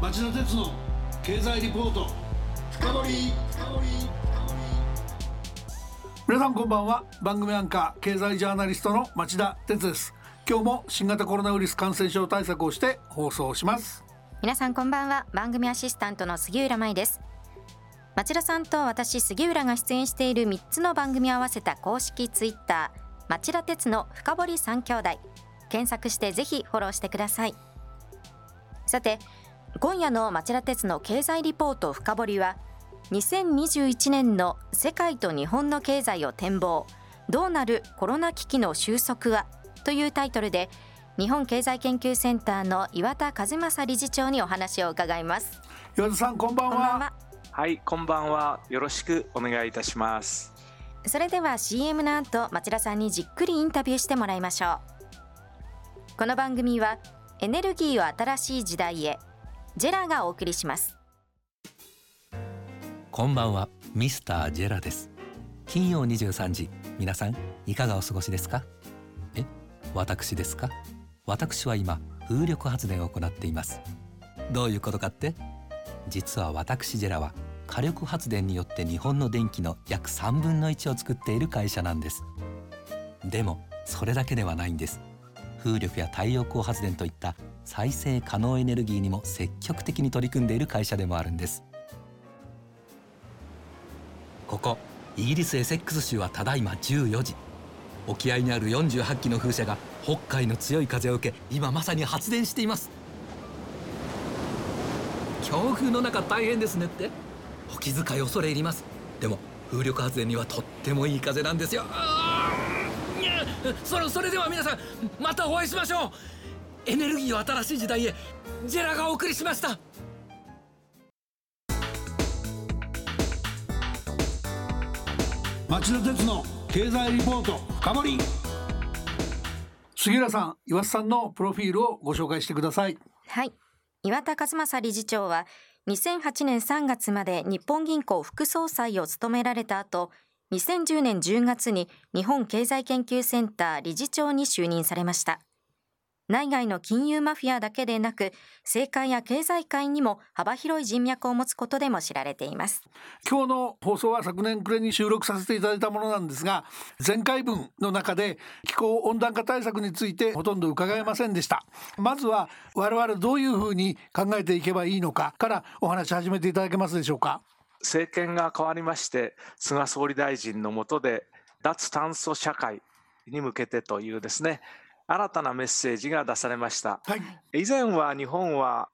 町田鉄の経済リポート深掘り。皆さんこんばんは。番組アンカー経済ジャーナリストの町田鉄です。今日も新型コロナウイルス感染症対策をして放送します。 皆さんこんばんは。番組アシスタントの杉浦舞です。町田さんと私杉浦が出演している3つの番組を合わせた公式ツイッター町田鉄の深掘り3兄弟、検索してぜひフォローしてください。さて、今夜の町田鉄の経済リポート深掘りは、2021年の世界と日本の経済を展望、どうなるコロナ危機の収束はというタイトルで、日本経済研究センターの岩田和正理事長にお話を伺います。 岩田さんこんばんは。 はい、こんばんは。よろしくお願いいたします。 それでは CM の後、町田さんにじっくりインタビューしてもらいましょう。この番組はエネルギーを新しい時代へ、ジェラがお送りします。 こんばんは、ミスタージェラです。金曜23時、皆さんいかがお過ごしですか？私ですか？私は今風力発電を行っています。どういうことかって？実は私ジェラは火力発電によって日本の電気の約3分の1を作っている会社なんです。でもそれだけではないんです。風力や太陽光発電といった再生可能エネルギーにも積極的に取り組んでいる会社でもあるんです。ここイギリスエセックス州はただいま14時。沖合にある48基の風車が北海の強い風を受け、今まさに発電しています。強風の中大変ですねって？お気遣い恐れ入ります。でも風力発電にはとってもいい風なんですよ。それでは皆さん、またお会いしましょう。エネルギーを新しい時代へ、ジェラがお送りしました。 町田鉄の経済リポート深掘り。杉浦さん、岩田さんのプロフィールをご紹介してください。 はい、岩田和正理事長は2008年3月まで日本銀行副総裁を務められた後、2010年10月に日本経済研究センター理事長に就任されました。内外の金融マフィアだけでなく、政界や経済界にも幅広い人脈を持つことでも知られています。 今日の放送は昨年暮れに収録させていただいたものなんですが、前回分の中で気候温暖化対策についてほとんど伺えませんでした。まずは我々どういうふうに考えていけばいいのかからお話し始めていただけますでしょうか。 政権が変わりまして、菅総理大臣の下で脱炭素社会に向けてというですね、新たなメッセージが出されました。 はい、 以前は日本は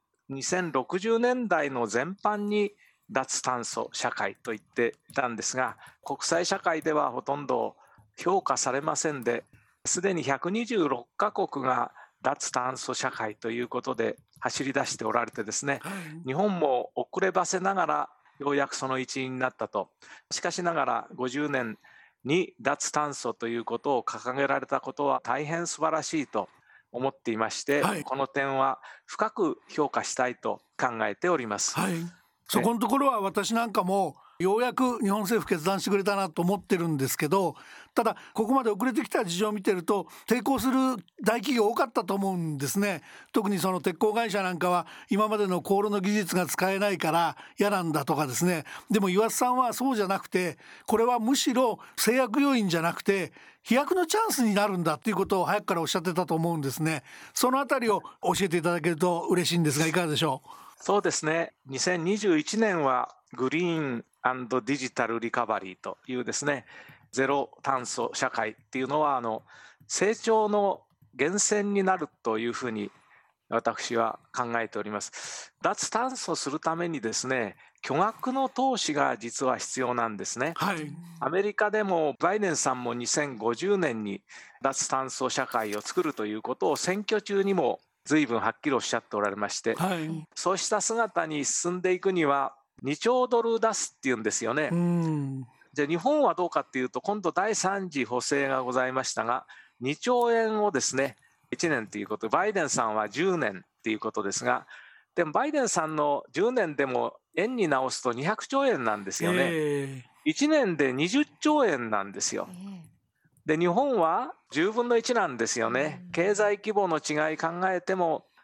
2060年代の全般に脱炭素社会と言っていたんですが、国際社会ではほとんど評価されませんで、すでに126カ国が脱炭素社会ということで走り出しておられてですね、日本も遅ればせながらようやくその一員になったと。しかしながら50年に脱炭素ということを掲げられたことは大変素晴らしいと思っていまして、この点は深く評価したいと考えております。 そこのところは私なんかもようやく日本政府決断してくれたなと思ってるんですけど、ただここまで遅れてきた事情を見てると抵抗する大企業多かったと思うんですね。特にその鉄鋼会社なんかは今までの高炉の技術が使えないから嫌なんだとかですね。でも岩田さんはそうじゃなくて、これはむしろ制約要因じゃなくて飛躍のチャンスになるんだっていうことを早くからおっしゃってたと思うんですね。そのあたりを教えていただけると嬉しいんですが、いかがでしょう。 そうですね、2021年はグリーン&デジタルリカバリーというですね、ゼロ炭素社会っていうのは成長の源泉になるというふうに私は考えております。脱炭素するためにですね、巨額の投資が実は必要なんですね。アメリカでもバイデンさんも2050年に脱炭素社会を作るということを選挙中にも随分はっきりおっしゃっておられまして、そうした姿に進んでいくには2兆ドル出すっていうんですよね。じゃあ日本はどうかっていうと、今度第3次補正がございましたが、2兆円をですね、1年ということで、バイデンさんは10年っていうことですが、でもバイデンさんの10年でも円に直すと200兆円なんですよね。1年で20兆円なんですよ。で日本は10分の1なんですよね。経済規模の違い考えても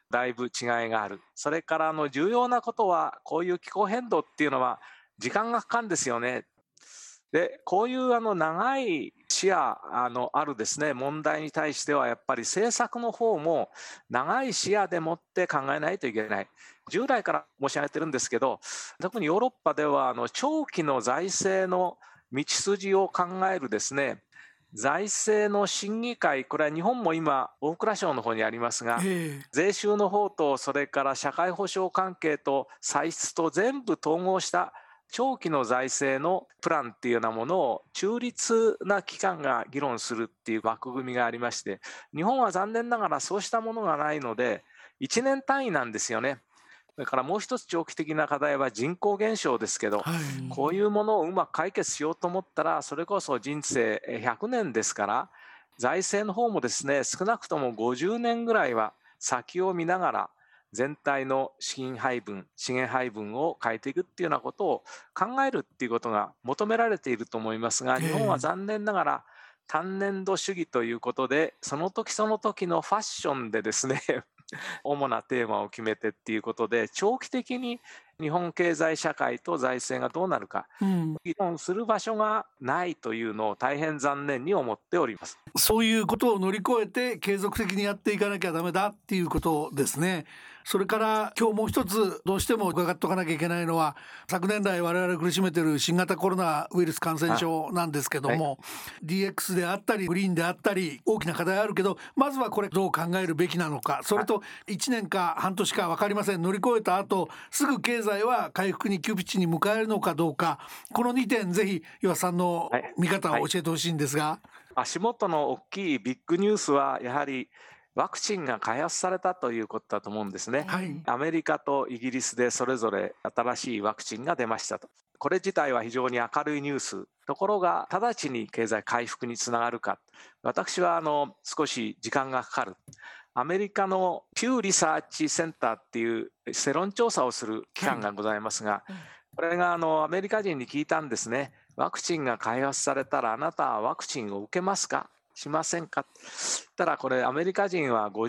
だいぶ違いがある。それから重要なことは、こういう気候変動っていうのは時間がかかるんですよね。でこういう長い視野あるですね、問題に対してはやっぱり政策の方も長い視野でもって考えないといけない。従来から申し上げてるんですけど、特にヨーロッパでは長期の財政の道筋を考えるですね、財政の審議会、これは日本も今大蔵省の方にありますが、税収の方とそれから社会保障関係と歳出と全部統合した長期の財政のプランっていうようなものを中立な機関が議論するっていう枠組みがありまして、日本は残念ながらそうしたものがないので1年単位なんですよね。だからもう一つ長期的な課題は人口減少ですけど、こういうものをうまく解決しようと思ったらそれこそ人生100年ですから、財政の方もですね、少なくとも50年ぐらいは先を見ながら全体の資源配分を変えていくっていうようなことを考えるっていうことが求められていると思いますが、日本は残念ながら単年度主義ということで、その時その時のファッションでですね主なテーマを決めてっていうことで、長期的に日本経済社会と財政がどうなるか、議論する場所がないというのを大変残念に思っております。 そういうことを乗り越えて継続的にやっていかなきゃダメだっていうことですね。それから今日もう一つどうしても伺っとかなきゃいけないのは、昨年来我々苦しめている新型コロナウイルス感染症なんですけども、DX であったりグリーンであったり大きな課題あるけど、まずはこれどう考えるべきなのか、それと1年か半年か分かりません、乗り越えた後すぐ経済は回復に急ピッチに迎えるのかどうか、この2点ぜひ岩瀬さんの見方を教えてほしいんですが。 足元の大きいビッグニュースはやはりワクチンが開発されたということだと思うんですね。アメリカとイギリスでそれぞれ新しいワクチンが出ましたと。これ自体は非常に明るいニュース。ところが直ちに経済回復につながるか、私は少し時間がかかる。アメリカのピューリサーチセンターっていう世論調査をする機関がございますが、これがアメリカ人に聞いたんですね。ワクチンが開発されたらあなたはワクチンを受けますか、しませんか。ただこれアメリカ人は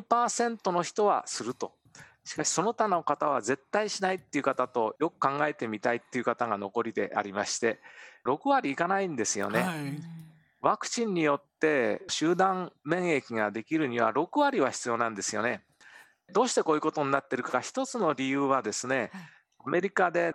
52% の人はすると。しかしその他の方は絶対しないっていう方と、よく考えてみたいっていう方が残りでありまして、6割いかないんですよね。ワクチンによって集団免疫ができるには6割は必要なんですよね。どうしてこういうことになっているか、一つの理由はですね、アメリカで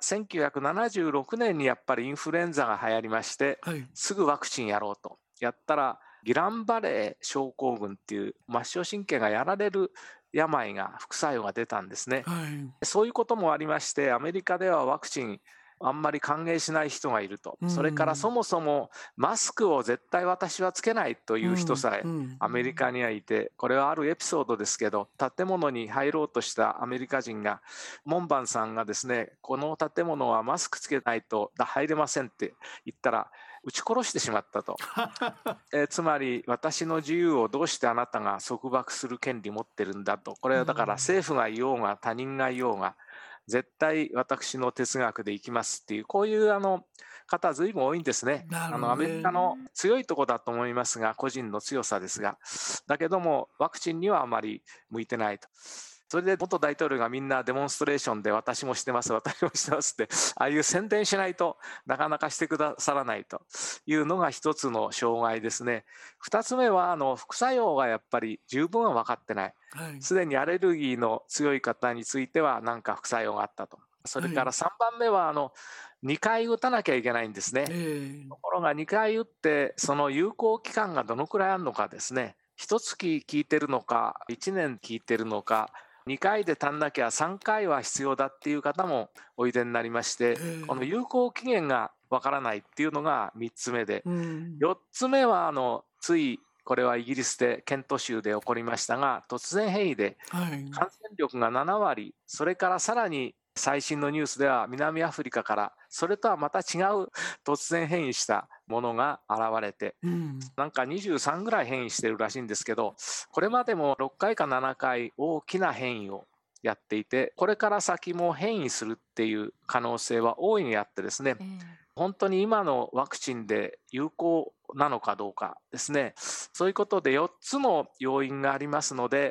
1976年にやっぱりインフルエンザが流行りまして、すぐワクチンやろうとやったら、ギランバレー症候群っていう末梢神経がやられる病が、副作用が出たんですね。そういうこともありまして、アメリカではワクチンあんまり歓迎しない人がいると。それからそもそもマスクを絶対私はつけないという人さえアメリカにはいて、これはあるエピソードですけど、建物に入ろうとしたアメリカ人が、門番さんがですね、この建物はマスクつけないと入れませんって言ったら撃ち殺してしまったとつまり私の自由をどうしてあなたが束縛する権利持ってるんだと。これはだから政府が言おうが他人が言おうが絶対私の哲学でいきますっていう、こういう方ずいぶん多いんですね。アメリカの強いところだと思いますが、個人の強さですが、だけどもワクチンにはあまり向いてないと。それで元大統領がみんなデモンストレーションで私もしてます私もしてますって、ああいう宣伝しないとなかなかしてくださらないというのが一つの障害ですね。二つ目は副作用がやっぱり十分は分かってない。すでにアレルギーの強い方については何か副作用があったと。それから3番目は2回打たなきゃいけないんですね。ところが2回打ってその有効期間がどのくらいあるのかですね。1月効いてるのか1年効いてるのか、2回で足んなきゃ3回は必要だっていう方もおいでになりまして、この有効期限がわからないっていうのが3つ目で、4つ目はついこれはイギリスでケント州で起こりましたが、突然変異で感染力が7割、それからさらに最新のニュースでは南アフリカからそれとはまた違う突然変異したものが現れて、なんか23ぐらい変異してるらしいんですけど、これまでも6回か7回大きな変異をやっていて、これから先も変異するっていう可能性は大いにあってですね、本当に今のワクチンで有効なのかどうかですね、そういうことで4つの要因がありますので、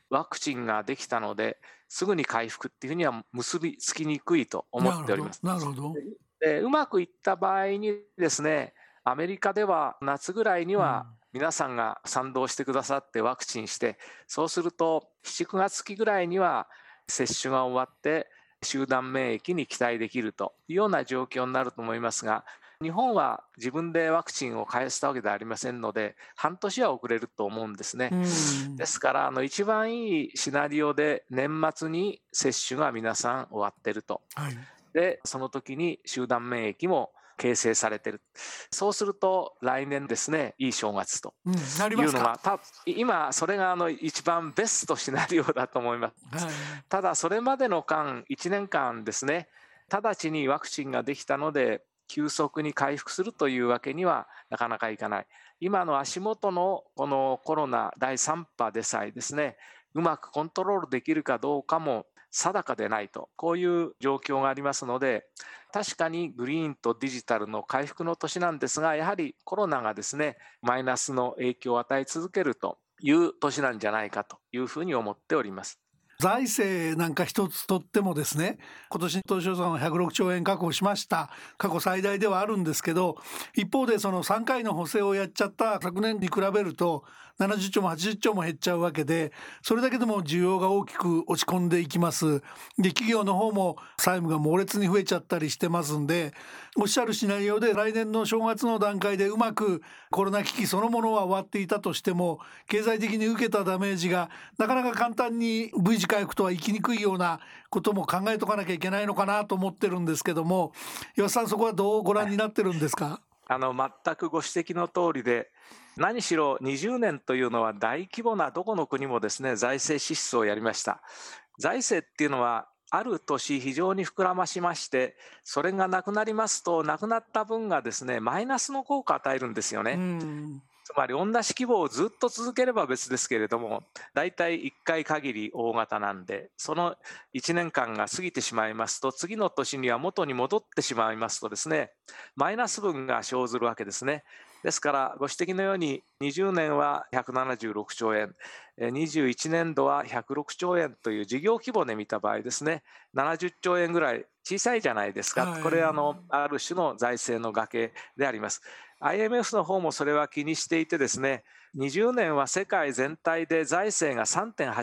ワクチンができたのですぐに回復っていうふうには結びつきにくいと思っております。 なるほど。 でうまくいった場合にですね、アメリカでは夏ぐらいには皆さんが賛同してくださってワクチンして、そうすると7、9月期ぐらいには接種が終わって集団免疫に期待できるというような状況になると思いますが、日本は自分でワクチンを開発したわけではありませんので、半年は遅れると思うんですね。ですから一番いいシナリオで年末に接種が皆さん終わっていると、でその時に集団免疫も形成されている。そうすると来年ですね、いい正月というのが、今それが一番ベストシナリオだと思います。ただそれまでの間1年間ですね、直ちにワクチンができたので急速に回復するというわけにはなかなかいかない。今の足元のこのコロナ第3波でさえですね、うまくコントロールできるかどうかも定かでないと、こういう状況がありますので、確かにグリーンとデジタルの回復の年なんですが、やはりコロナがですねマイナスの影響を与え続けるという年なんじゃないかというふうに思っております。 財政なんか一つとってもですね、今年当初予算を106兆円確保しました。過去最大ではあるんですけど、一方でその3回の補正をやっちゃった昨年に比べると70兆も80兆も減っちゃうわけで、それだけでも需要が大きく落ち込んでいきます。で企業の方も債務が猛烈に増えちゃったりしてますんで、おっしゃるシナリオで来年の正月の段階でうまくコロナ危機そのものは終わっていたとしても、経済的に受けたダメージがなかなか簡単に V 字回復とはいきにくいようなことも考えとかなきゃいけないのかなと思ってるんですけども、岩田さんそこはどうご覧になってるんですか？ 全くご指摘の通りで、何しろ20年というのは大規模などこの国もですね財政支出をやりました。財政っていうのはある年非常に膨らましまして、それがなくなりますとなくなった分がですねマイナスの効果を与えるんですよね。つまり同じ規模をずっと続ければ別ですけれども、だいたい1回限り大型なんで、その1年間が過ぎてしまいますと次の年には元に戻ってしまいますとですね、マイナス分が生ずるわけですね。ですからご指摘のように20年は176兆円、21年度は106兆円という事業規模で見た場合ですね、70兆円ぐらい小さいじゃないですか。これある種の財政の崖であります。IMF の方もそれは気にしていてですね、20年は世界全体で財政が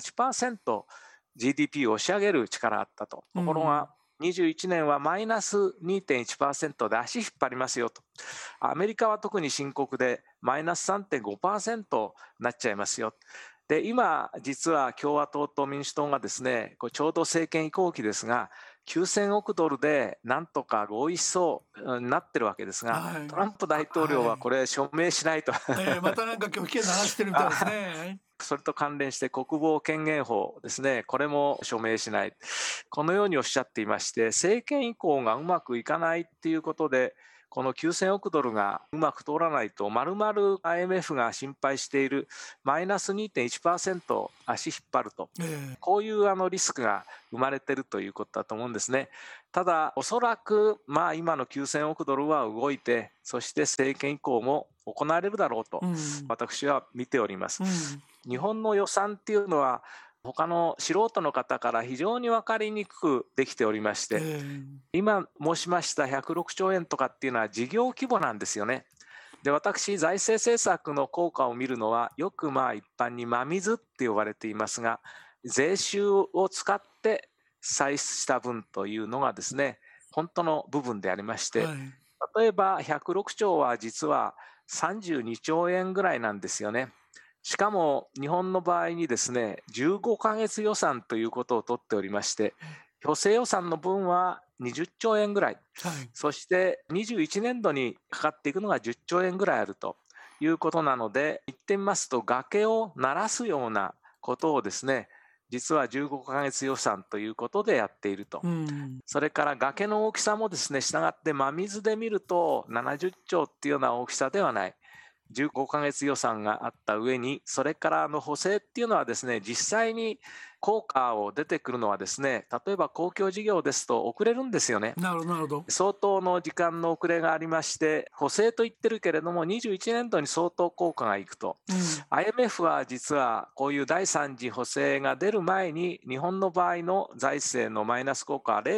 3.8% GDP を押し上げる力があったと。ところが21年はマイナス 2.1% で足引っ張りますよと。アメリカは特に深刻でマイナス 3.5% になっちゃいますよ。で今実は共和党と民主党がですねちょうど政権移行期ですが、9000億ドルでなんとか合意しそうになってるわけですが、トランプ大統領はこれ署名しないと、 またなんか拒否権流してるみたいですね。 それと関連して国防権限法ですね、これも署名しない、このようにおっしゃっていまして、政権移行がうまくいかないっていうことで、この9000億ドルがうまく通らないと、まるまる IMF が心配しているマイナス 2.1% 足引っ張ると、こういうリスクが生まれているということだと思うんですね。ただおそらく今の9000億ドルは動いて、そして政権移行も行われるだろうと私は見ております。日本の予算っていうのは他の素人の方から非常に分かりにくくできておりまして、今申しました106兆円とかっていうのは事業規模なんですよね。で私財政政策の効果を見るのはよく一般に真水って呼ばれていますが、税収を使って歳出した分というのがですね本当の部分でありまして、例えば106兆は実は32兆円ぐらいなんですよね。しかも日本の場合にですね15ヶ月予算ということをとっておりまして、補正予算の分は20兆円ぐらい、そして21年度にかかっていくのが10兆円ぐらいあるということなので、言ってみますと崖を鳴らすようなことをですね実は15ヶ月予算ということでやっていると、それから崖の大きさもですねしたがって真水で見ると70兆っていうような大きさではない、15ヶ月予算があった上に、それから補正っていうのはですね実際に効果を出てくるのはですね、例えば公共事業ですと遅れるんですよね。 なるほどなるほど。 相当の時間の遅れがありまして、補正と言ってるけれども21年度に相当効果がいくと、IMF は実はこういう第3次補正が出る前に日本の場合の財政のマイナス効果は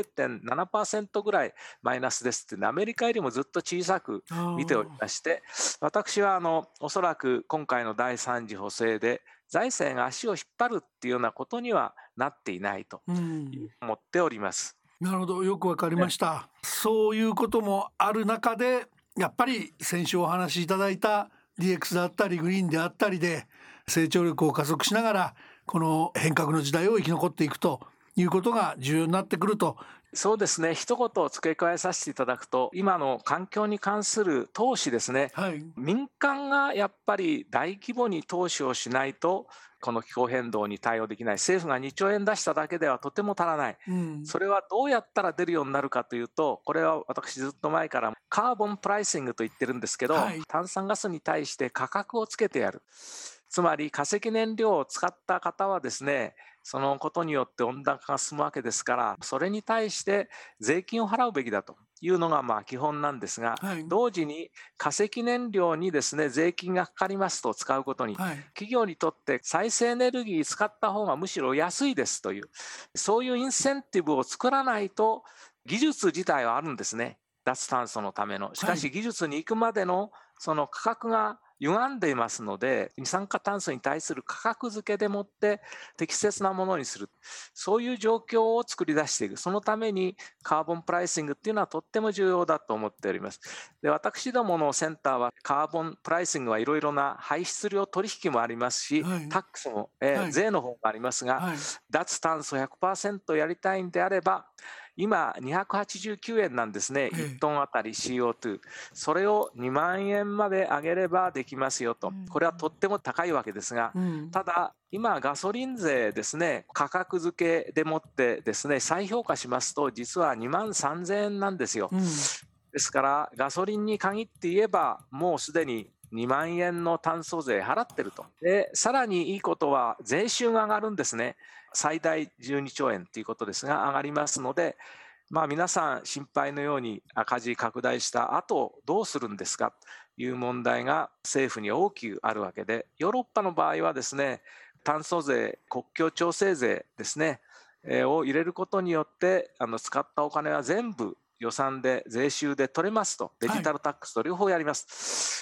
0.7% ぐらいマイナスですって、アメリカよりもずっと小さく見ておりまして、私はおそらく今回の第3次補正で財政が足を引っ張るっていうようなことにはなっていないと思っております。 なるほど、よくわかりました。そういうこともある中で、やっぱり先週お話しいただいた DX であったりグリーンであったりで成長力を加速しながらこの変革の時代を生き残っていくということが重要になってくると。 そうですね、一言付け加えさせていただくと、今の環境に関する投資ですね、民間がやっぱり大規模に投資をしないとこの気候変動に対応できない。政府が2兆円出しただけではとても足らない、それはどうやったら出るようになるかというと、これは私ずっと前からカーボンプライシングと言ってるんですけど、炭酸ガスに対して価格をつけてやる。つまり化石燃料を使った方はですね、そのことによって温暖化が進むわけですから、それに対して税金を払うべきだというのが基本なんですが、同時に化石燃料にですね税金がかかりますと、使うことに、企業にとって再生エネルギー使った方がむしろ安いですという、そういうインセンティブを作らないと。技術自体はあるんですね、脱炭素のための。しかし技術に行くまでのその価格が歪んでいますので、二酸化炭素に対する価格付けでもって適切なものにする、そういう状況を作り出していく。そのためにカーボンプライシングっていうのはとっても重要だと思っております。で、私どものセンターはカーボンプライシングはいろいろな排出量取引もありますし、タックスも、税の方もありますが、脱炭素 100% やりたいんであれば今289円なんですね、1トンあたり CO2、 それを2万円まで上げればできますよと。これはとっても高いわけですが、ただ今ガソリン税ですね、価格付けでもってですね再評価しますと実は2万3000円なんですよ。ですからガソリンに限って言えばもうすでに2万円の炭素税払ってると。でさらにいいことは税収が上がるんですね。最大12兆円ということですが上がりますので、皆さん心配のように赤字拡大した後どうするんですかという問題が政府に大きくあるわけで、ヨーロッパの場合はですね炭素税、国境調整税ですね、を入れることによって使ったお金は全部予算で税収で取れますと、デジタルタックスと両方やります、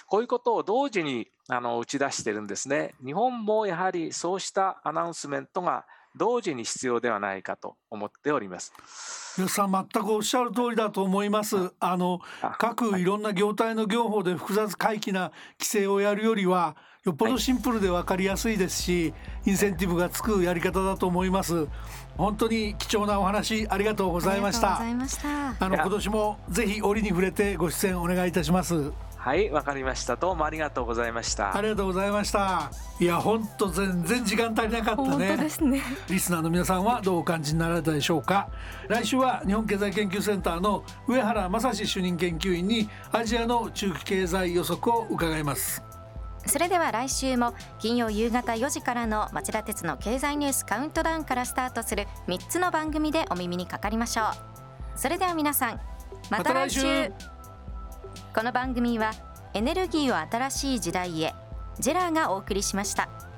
こういうことを同時に打ち出しているんですね。日本もやはりそうしたアナウンスメントが同時に必要ではないかと思っております。 吉さん、全くおっしゃる通りだと思います。各いろんな業態の業法で複雑回帰な規制をやるよりはよっぽどシンプルで分かりやすいですし、インセンティブがつくやり方だと思います。本当に貴重なお話ありがとうございました。今年もぜひ折に触れてご出演お願いいたします。 はい、わかりました。どうもありがとうございました。 ありがとうございました。いや、本当全然時間足りなかったね。 本当ですね。 リスナーの皆さんはどうお感じになられたでしょうか。来週は日本経済研究センターの上原正史主任研究員にアジアの中期経済予測を伺います。 それでは来週も金曜夕方4時からの町田鉄の経済ニュースカウントダウンからスタートする3つの番組でお耳にかかりましょう。それでは皆さん、また来週。この番組はエネルギーを新しい時代へ、ジェラーがお送りしました。